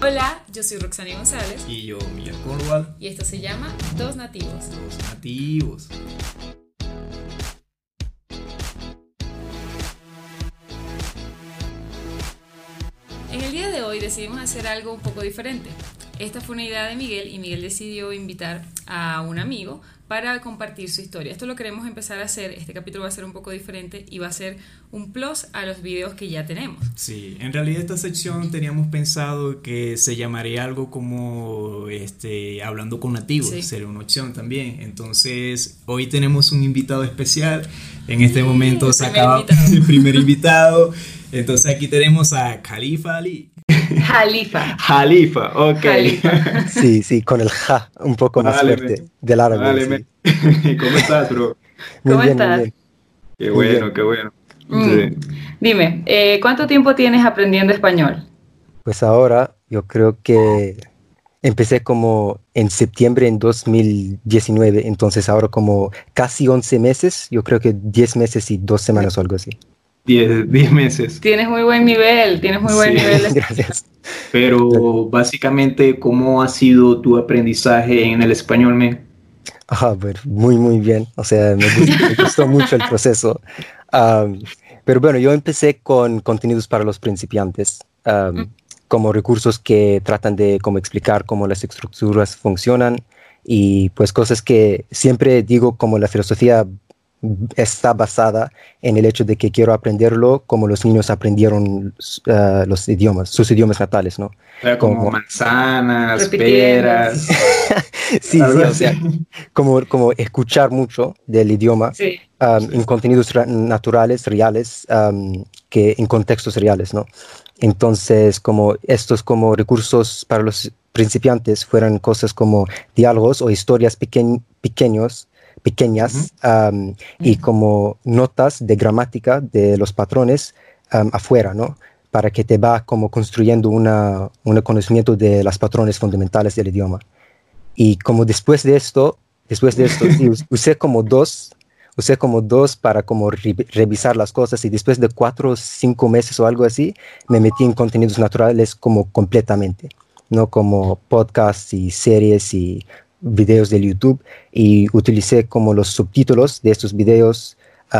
Hola, yo soy Roxana González. Y yo, Miguel Corval. Y esto se llama Dos Nativos. Dos Nativos. En el día de hoy decidimos hacer algo un poco diferente. Esta fue una idea de Miguel y Miguel decidió invitar a un amigo para compartir su historia. Esto lo queremos empezar a hacer, este capítulo va a ser un poco diferente y va a ser un plus a los videos que ya tenemos. Sí, en realidad esta sección teníamos pensado que se llamaría algo como Hablando con Nativos, sí. Sería una opción también. Entonces, hoy tenemos un invitado especial. En este momento se acaba el primer invitado. Entonces aquí tenemos a Khalifa Ali. Jalifa, ok. Khalifa. Sí, con el ja un poco más fuerte del árabe. Vale, sí. ¿Cómo estás, bro? ¿Cómo estás? Bien. Qué bueno. Sí. Dime, ¿cuánto tiempo tienes aprendiendo español? Pues ahora yo creo que empecé como en septiembre en 2019, entonces ahora como casi 11 meses, yo creo que 10 meses y 2 semanas o algo así. 10 meses. Tienes muy buen nivel, Gracias. Pero básicamente, ¿cómo ha sido tu aprendizaje en el español, men? Bueno, muy bien, o sea, me gustó mucho el proceso. Pero bueno, yo empecé con contenidos para los principiantes, como recursos que tratan de como explicar cómo las estructuras funcionan y pues cosas que siempre digo como la filosofía está basada en el hecho de que quiero aprenderlo como los niños aprendieron los idiomas, sus idiomas natales, ¿no? O sea, como manzanas, peras. Sí, o sea, como escuchar mucho del idioma, sí. En contenidos naturales, reales, que en contextos reales, ¿no? Entonces, como estos como recursos para los principiantes fueran cosas como diálogos o historias pequeñas, y como notas de gramática de los patrones afuera, ¿no? Para que te va como construyendo un conocimiento de los patrones fundamentales del idioma. Y como después de esto sí, usé como dos para como revisar las cosas y después de 4 o 5 meses o algo así, me metí en contenidos naturales como completamente, ¿no? Como podcasts y series y videos de YouTube y utilicé como los subtítulos de estos videos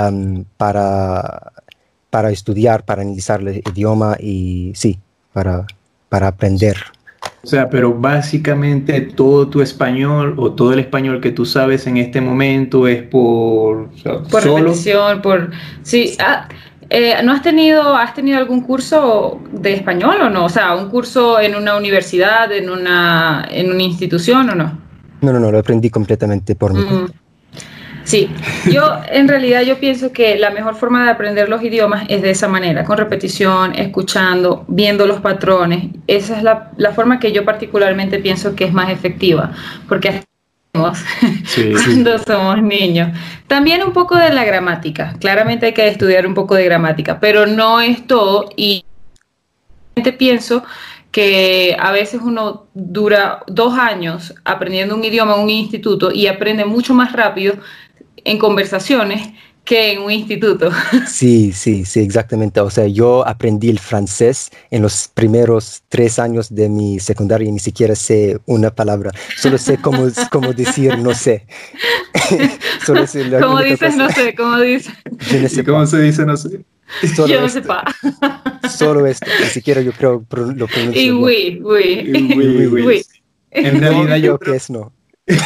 para estudiar, para analizar el idioma y sí, para aprender. O sea, pero básicamente todo tu español o todo el español que tú sabes en este momento es por solo repetición, sí. ¿No has tenido algún curso de español o no? O sea, un curso en una universidad, en una institución o no? No, lo aprendí completamente por mi cuenta. Sí, en realidad yo pienso que la mejor forma de aprender los idiomas es de esa manera, con repetición, escuchando, viendo los patrones. Esa es la forma que yo particularmente pienso que es más efectiva, porque cuando somos niños. También un poco de la gramática, claramente hay que estudiar un poco de gramática, pero no es todo y pienso que a veces uno dura 2 años aprendiendo un idioma en un instituto y aprende mucho más rápido en conversaciones que en un instituto. Sí, exactamente. O sea, yo aprendí el francés en los primeros 3 años de mi secundaria y ni siquiera sé una palabra. Solo sé cómo decir no sé. Solo sé ¿cómo dices no sé? ¿Cómo dices? ¿Cómo se dice no sé? Yo no sé pa. Solo esto. Ni siquiera yo creo lo pronuncio. Y oui. En realidad yo creo que es no.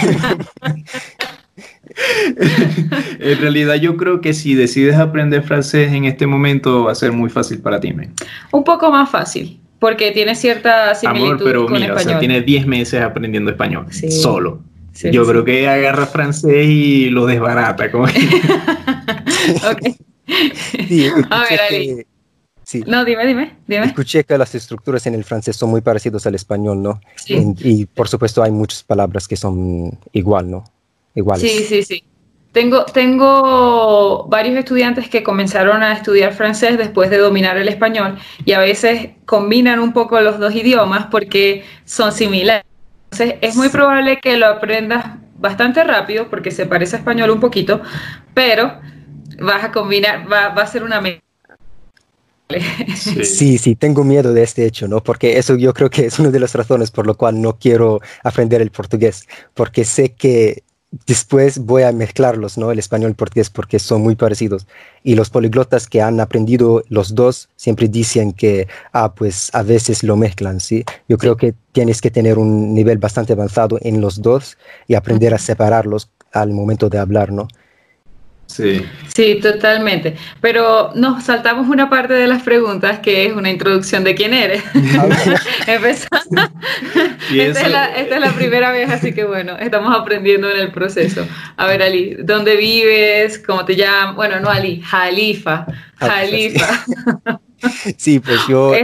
En realidad yo creo que si decides aprender francés en este momento va a ser muy fácil para ti, men. Un poco más fácil, porque tiene cierta similitud. Amor, pero con mira, español. O sea, tienes 10 meses aprendiendo español, solo. Sí, yo creo que agarra francés y lo desbarata. Como... Ok. Sí, a ver, Ali. Sí. No, dime. Escuché que las estructuras en el francés son muy parecidas al español, ¿no? Sí. Y por supuesto hay muchas palabras que son iguales. Sí. Tengo varios estudiantes que comenzaron a estudiar francés después de dominar el español y a veces combinan un poco los dos idiomas porque son similares. Entonces es muy probable que lo aprendas bastante rápido porque se parece a español un poquito, pero vas a combinar, va a ser una mezcla. Sí, tengo miedo de este hecho, ¿no? Porque eso yo creo que es una de las razones por lo cual no quiero aprender el portugués, porque sé que después voy a mezclarlos, ¿no? El español y el portugués, porque son muy parecidos. Y los poliglotas que han aprendido los dos siempre dicen que, pues a veces lo mezclan, ¿sí? Yo creo que tienes que tener un nivel bastante avanzado en los dos y aprender a separarlos al momento de hablar, ¿no? Sí. Sí, totalmente. Pero nos saltamos una parte de las preguntas que es una introducción de quién eres. Esta es la primera vez, así que bueno, estamos aprendiendo en el proceso. A ver, Ali, ¿dónde vives? ¿Cómo te llamas? Bueno, no Ali, Jalifa. Jalifa. Sí, pues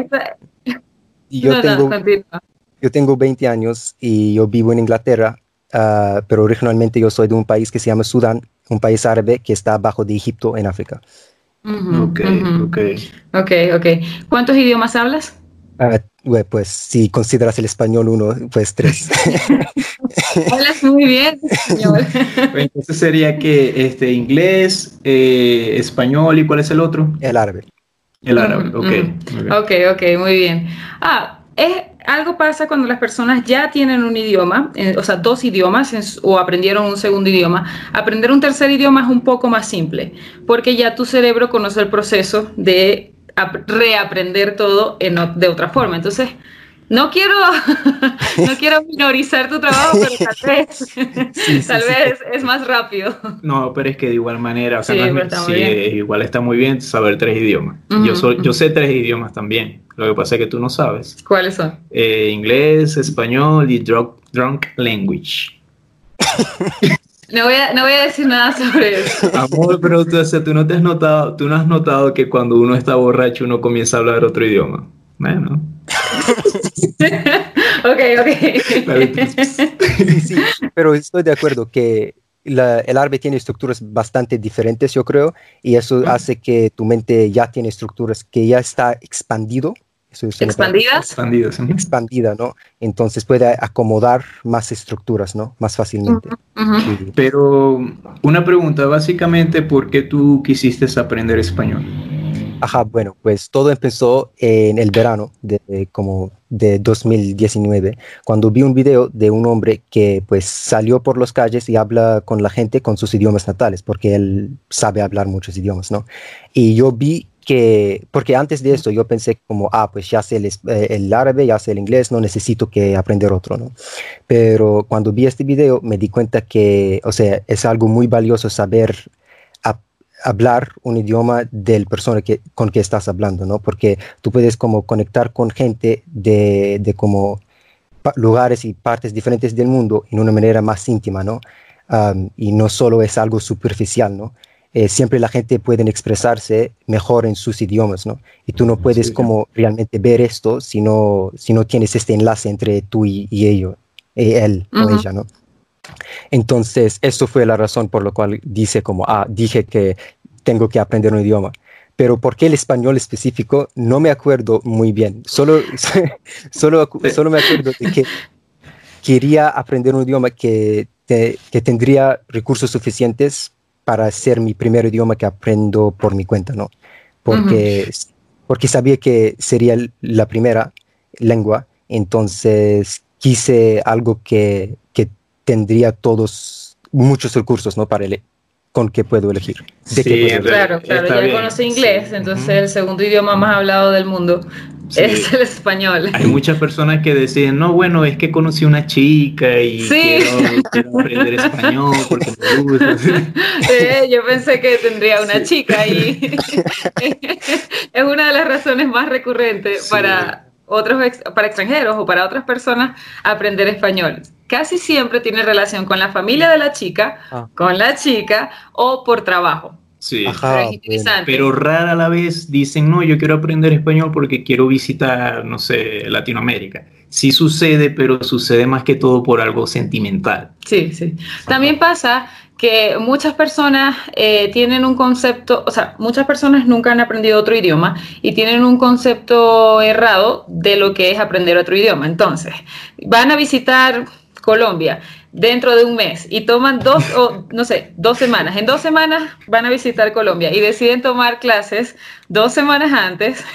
yo tengo 20 años y yo vivo en Inglaterra, pero originalmente yo soy de un país que se llama Sudán, un país árabe que está abajo de Egipto en África. Ok. ¿Cuántos idiomas hablas? Pues si consideras el español uno, pues 3. Hablas muy bien, señor. Entonces sería que inglés, español, ¿y cuál es el otro? El árabe. El árabe, Ok, muy bien. Algo pasa cuando las personas ya tienen un idioma, o sea, 2 idiomas, o aprendieron un segundo idioma. Aprender un tercer idioma es un poco más simple, porque ya tu cerebro conoce el proceso de reaprender todo de otra forma. Entonces, no quiero minorizar tu trabajo, pero tal vez es más rápido. No, pero es que de igual manera, o sea, igual está muy bien saber 3 idiomas. Yo sé 3 idiomas también. Lo que pasa es que tú no sabes. ¿Cuáles son? Inglés, español y drunk language. No voy a decir nada sobre eso. Amor, pero tú no has notado que cuando uno está borracho uno comienza a hablar otro idioma. Bueno. Ok. Sí, pero estoy de acuerdo que el árabe tiene estructuras bastante diferentes, yo creo, y eso hace que tu mente ya tiene estructuras que ya está expandido. Expandida, ¿no? Entonces puede acomodar más estructuras, ¿no? Más fácilmente. Pero una pregunta, básicamente, ¿por qué tú quisiste aprender español? Bueno, pues todo empezó en el verano de 2019, cuando vi un video de un hombre que pues salió por las calles y habla con la gente con sus idiomas natales, porque él sabe hablar muchos idiomas, ¿no? Y yo vi porque antes de esto yo pensé como, pues ya sé el árabe, ya sé el inglés, no necesito que aprender otro, ¿no? Pero cuando vi este video me di cuenta que, o sea, es algo muy valioso saber hablar un idioma del persona con que estás hablando, ¿no? Porque tú puedes como conectar con gente de como lugares y partes diferentes del mundo en una manera más íntima, ¿no? Y no solo es algo superficial, ¿no? Siempre la gente puede expresarse mejor en sus idiomas, ¿no? Y tú no puedes como realmente ver esto si no tienes este enlace entre tú y él o ella, ¿no? Entonces, eso fue la razón por la cual dije que tengo que aprender un idioma. Pero ¿por qué el español específico? No me acuerdo muy bien. Solo me acuerdo de que quería aprender un idioma que tendría recursos suficientes para ser mi primer idioma que aprendo por mi cuenta, ¿no? Porque sabía que sería la primera lengua, entonces quise algo que tendría muchos recursos, ¿no? Con que puedo elegir. Claro, ya conocí inglés, entonces el segundo idioma más hablado del mundo es el español. Hay muchas personas que deciden, no, bueno, es que conocí una chica y quiero aprender español porque me gusta. Yo pensé que tendría una chica y es una de las razones más recurrentes para extranjeros o para otras personas aprender español. Casi siempre tiene relación con la familia de la chica, con la chica o por trabajo. Sí, pero rara a la vez dicen, no, yo quiero aprender español porque quiero visitar, no sé, Latinoamérica. Sí sucede, pero sucede más que todo por algo sentimental. Sí. También pasa que muchas personas tienen un concepto, o sea, muchas personas nunca han aprendido otro idioma y tienen un concepto errado de lo que es aprender otro idioma. Entonces, van a visitar Colombia dentro de un mes y toman 2 semanas. En 2 semanas van a visitar Colombia y deciden tomar clases 2 semanas antes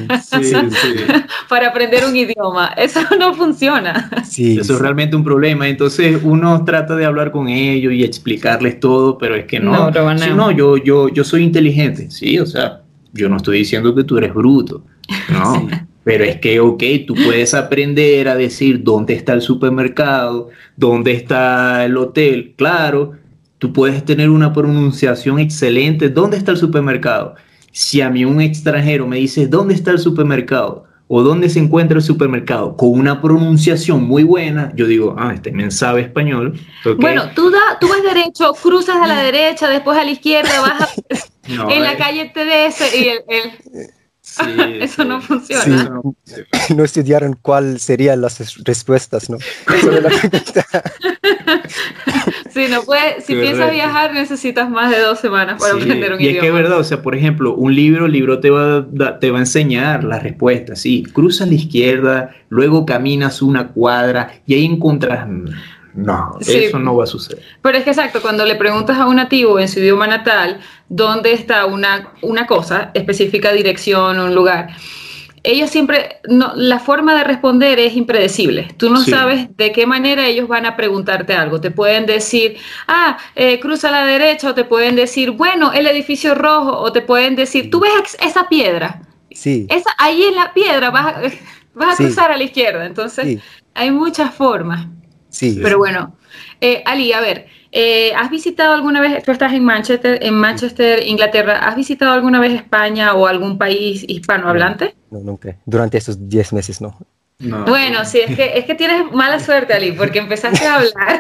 para aprender un idioma. Eso no funciona. Sí, eso es realmente un problema. Entonces uno trata de hablar con ellos y explicarles todo, pero es que no. Yo soy inteligente, sí, o sea, yo no estoy diciendo que tú eres bruto, no. Pero es que, ok, tú puedes aprender a decir dónde está el supermercado, dónde está el hotel. Claro, tú puedes tener una pronunciación excelente. ¿Dónde está el supermercado? Si a mí un extranjero me dice dónde está el supermercado o dónde se encuentra el supermercado con una pronunciación muy buena, yo digo, este men sabe español. Okay. Bueno, tú vas derecho, cruzas a la derecha, después a la izquierda, vas en la calle TDS y eso no funciona. Sí. No estudiaron cuáles serían las respuestas, ¿no? Sobre la pregunta. Sí, no puedes, si piensas viajar necesitas más de 2 semanas para aprender un idioma. Y es que es verdad, o sea, por ejemplo, un libro te va a enseñar las respuestas, sí, cruza a la izquierda, luego caminas una cuadra y ahí encuentras... No, eso no va a suceder. Pero es que exacto, cuando le preguntas a un nativo en su idioma natal dónde está una cosa, específica dirección o un lugar, ellos siempre, la forma de responder es impredecible. Tú no sabes de qué manera ellos van a preguntarte algo. Te pueden decir, cruza a la derecha, o te pueden decir, bueno, el edificio rojo, o te pueden decir, ¿tú ves esa piedra? Sí. Ahí en la piedra vas a cruzar a la izquierda. Entonces, hay muchas formas. Sí. Pero bueno, Ali, a ver, ¿has visitado alguna vez, tú estás en Manchester, Inglaterra, ¿has visitado alguna vez España o algún país hispanohablante? No, nunca. Durante estos 10 meses, no. No. Bueno, sí, es que tienes mala suerte, Ali, porque empezaste a hablar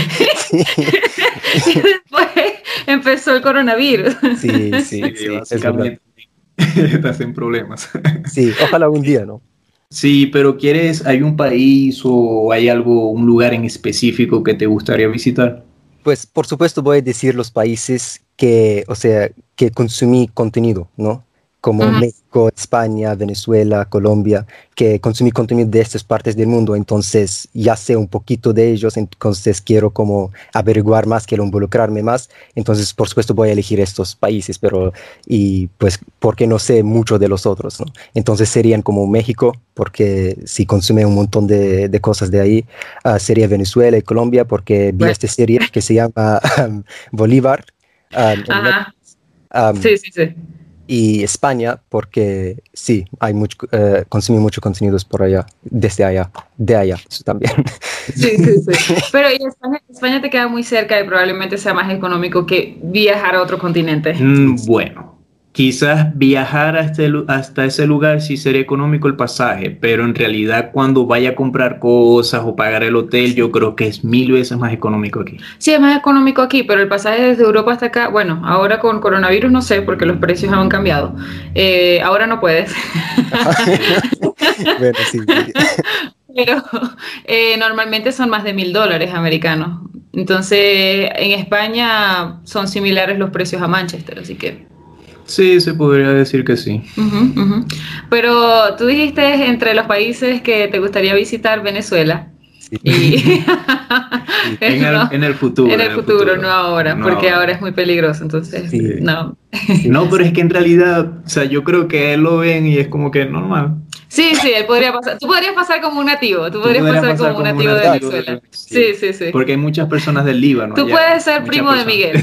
y después empezó el coronavirus. Sí, básicamente estás en problemas. Sí, ojalá un día, ¿no? Sí, pero ¿hay un país o hay un lugar en específico que te gustaría visitar? Pues, por supuesto, voy a decir los países que consumí contenido, ¿no? Como México, España, Venezuela, Colombia, que consumí contenido de estas partes del mundo, entonces ya sé un poquito de ellos, entonces quiero como averiguar más, quiero involucrarme más, entonces por supuesto voy a elegir estos países, y pues porque no sé mucho de los otros, ¿no? Entonces serían como México, porque sí consume un montón de cosas de ahí, sería Venezuela y Colombia, porque vi esta serie que se llama Bolívar. Sí. Y España, porque sí, consumí muchos contenidos por allá, de allá también. Sí. Pero España te queda muy cerca y probablemente sea más económico que viajar a otro continente. Bueno, quizás viajar hasta ese lugar sí sería económico el pasaje, pero en realidad cuando vaya a comprar cosas o pagar el hotel, yo creo que es 1000 veces más económico aquí. Sí, es más económico aquí, pero el pasaje desde Europa hasta acá, bueno, ahora con coronavirus no sé, porque los precios han cambiado. Ahora no puedes. Bueno, sí. Pero normalmente son más de $1000 americanos. Entonces, en España son similares los precios a Manchester, así que... Sí, se podría decir que sí. Pero tú dijiste entre los países que te gustaría visitar Venezuela. Sí. Y en el futuro. En el futuro, no ahora, porque ahora es muy peligroso, entonces no. No, pero es que en realidad, o sea, yo creo que él lo ven y es como que normal. Sí, él podría pasar. Tú podrías pasar como un nativo. Tú podrías pasar como un nativo de Venezuela. Sí. Porque hay muchas personas del Líbano. Tú puedes ser primo de Miguel.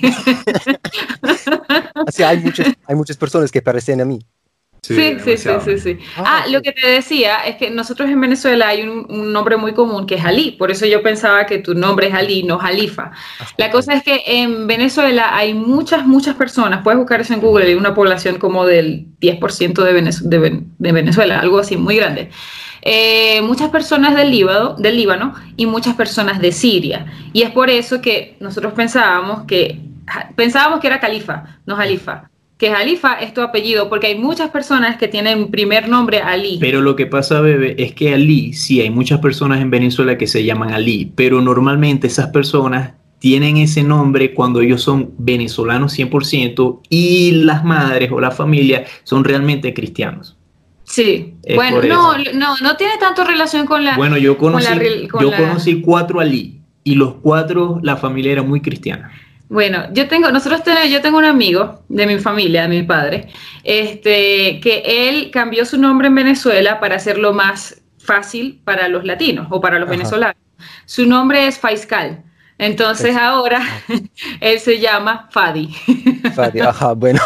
Así hay muchas personas que parecen a mí. Sí. Lo que te decía es que nosotros en Venezuela hay un nombre muy común que es Ali, por eso yo pensaba que tu nombre es Ali, no Jalifa. La cosa es que en Venezuela hay muchas personas, puedes buscar eso en Google, hay una población como del 10% de Venezuela, algo así muy grande. Muchas personas del Líbano y muchas personas de Siria, y es por eso que nosotros pensábamos que era Califa, no Jalifa. Que Jalifa es tu apellido, porque hay muchas personas que tienen primer nombre Ali. Pero lo que pasa, bebé, es que Ali, sí, hay muchas personas en Venezuela que se llaman Ali, pero normalmente esas personas tienen ese nombre cuando ellos son venezolanos 100% y las madres o la familia son realmente cristianos. Sí, bueno, no tiene tanto relación con la... Bueno, yo conocí 4 Ali y los 4, la familia era muy cristiana. Bueno, yo tengo un amigo de mi familia, de mi padre, que él cambió su nombre en Venezuela para hacerlo más fácil para los latinos o para los venezolanos. Su nombre es Faiscal. Entonces ahora él se llama Fadi. Fadi, bueno.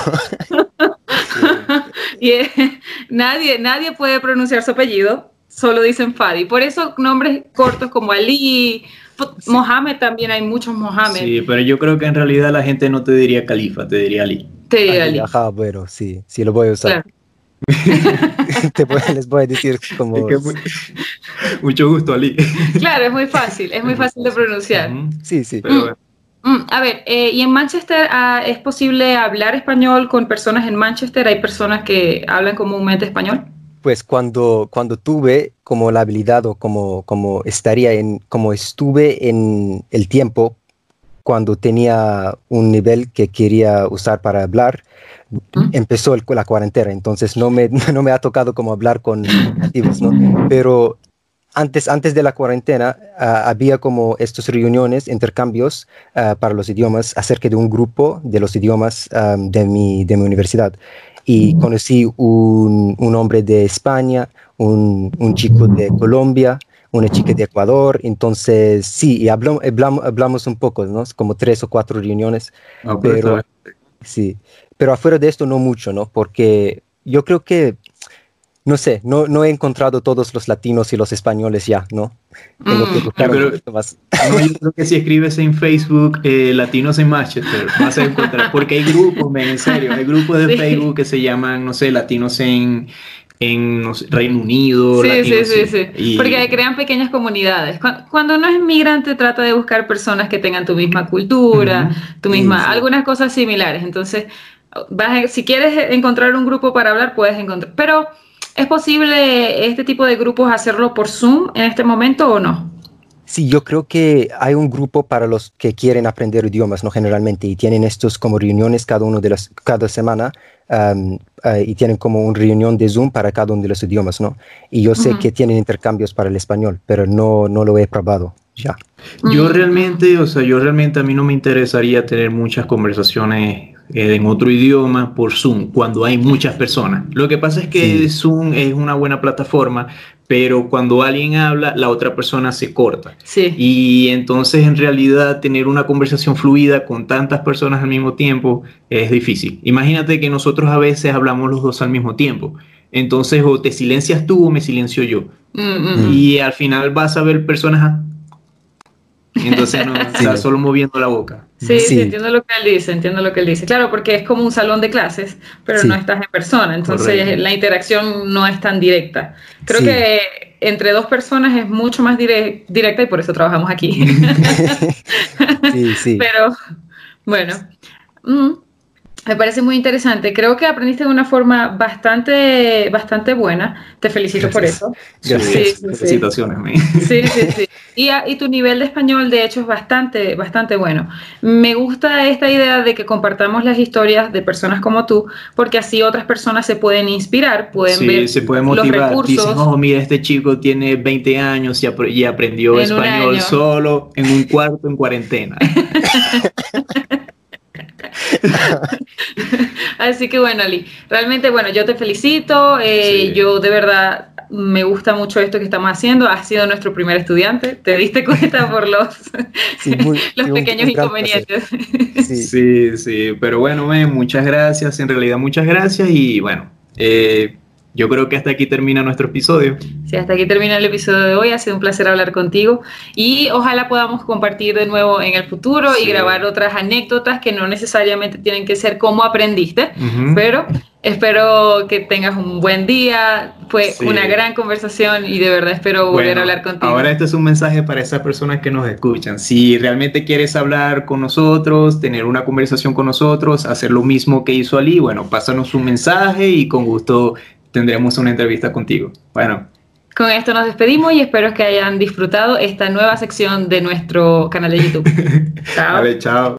Y nadie puede pronunciar su apellido, solo dicen Fadi. Por eso nombres cortos como Ali, Mohamed también, hay muchos Mohamed. Sí, pero yo creo que en realidad la gente no te diría califa, te diría Ali. Te diría Ali. Bueno, sí, lo voy a usar. Claro. Les voy a decir como... Mucho gusto, Ali. Claro, es muy fácil de pronunciar. Sí. Pero a ver, ¿y en Manchester es posible hablar español con personas en Manchester? ¿Hay personas que hablan comúnmente español? Pues cuando tuve como la habilidad o como estuve en el tiempo, cuando tenía un nivel que quería usar para hablar, empezó la cuarentena, entonces no me ha tocado como hablar con nativos, ¿no? Pero antes de la cuarentena había como estas reuniones, intercambios para los idiomas acerca de un grupo de los idiomas de mi universidad. Y conocí un hombre de España, un chico de Colombia, una chica de Ecuador. Entonces, sí, y hablamos un poco, ¿no? Como 3 o 4 reuniones. Pero afuera de esto no mucho, ¿no? Porque yo creo que, no sé, no he encontrado todos los latinos y los españoles ya, ¿no? Tengo que buscar un poquito más. No, yo creo que si escribes en Facebook Latinos en Manchester, vas a encontrar, porque hay grupos, en serio, hay grupos de Facebook que se llaman, no sé, Latinos en no sé, Reino Unido. Sí. Porque crean pequeñas comunidades. Cuando uno es inmigrante, trata de buscar personas que tengan tu misma cultura, algunas cosas similares. Entonces, si quieres encontrar un grupo para hablar, puedes encontrar. Pero, ¿es posible este tipo de grupos hacerlo por Zoom en este momento o no? Sí, yo creo que hay un grupo para los que quieren aprender idiomas, ¿no? Generalmente, y tienen estos como reuniones cada semana, y tienen como una reunión de Zoom para cada uno de los idiomas, ¿no? Y yo sé que tienen intercambios para el español, pero no lo he probado ya. Yo realmente a mí no me interesaría tener muchas conversaciones en otro idioma por Zoom cuando hay muchas personas. Lo que pasa es que Zoom es una buena plataforma, pero cuando alguien habla, la otra persona se corta. Sí. Y entonces, en realidad, tener una conversación fluida con tantas personas al mismo tiempo es difícil. Imagínate que nosotros a veces hablamos los dos al mismo tiempo. Entonces, o te silencias tú o me silencio yo. Y al final vas a ver personas... Entonces no estás solo moviendo la boca. Sí, entiendo lo que él dice, Claro, porque es como un salón de clases, pero no estás en persona, entonces la interacción no es tan directa. Creo que entre 2 personas es mucho más directa y por eso trabajamos aquí. Pero, bueno, me parece muy interesante. Creo que aprendiste de una forma bastante buena. Te felicito por eso. Felicitaciones. Sí. Y tu nivel de español, de hecho, es bastante bueno. Me gusta esta idea de que compartamos las historias de personas como tú, porque así otras personas se pueden inspirar, pueden ver se pueden motivar. Los recursos. Dicen, mira, este chico tiene 20 años y aprendió español solo en un cuarto en cuarentena. Así que bueno, Ali, realmente yo te felicito, yo de verdad me gusta mucho esto que estamos haciendo, has sido nuestro primer estudiante, te diste cuenta por los pequeños inconvenientes. Sí, pero bueno, muchas gracias, en realidad muchas gracias y bueno, yo creo que hasta aquí termina nuestro episodio. Sí, hasta aquí termina el episodio de hoy. Ha sido un placer hablar contigo y ojalá podamos compartir de nuevo en el futuro y grabar otras anécdotas que no necesariamente tienen que ser cómo aprendiste, pero espero que tengas un buen día. Fue una gran conversación y de verdad espero volver a hablar contigo. Ahora este es un mensaje para esas personas que nos escuchan. Si realmente quieres hablar con nosotros, tener una conversación con nosotros, hacer lo mismo que hizo Ali, bueno, pásanos un mensaje y con gusto tendremos una entrevista contigo. Bueno. Con esto nos despedimos y espero que hayan disfrutado esta nueva sección de nuestro canal de YouTube. Chao. Vale, chao.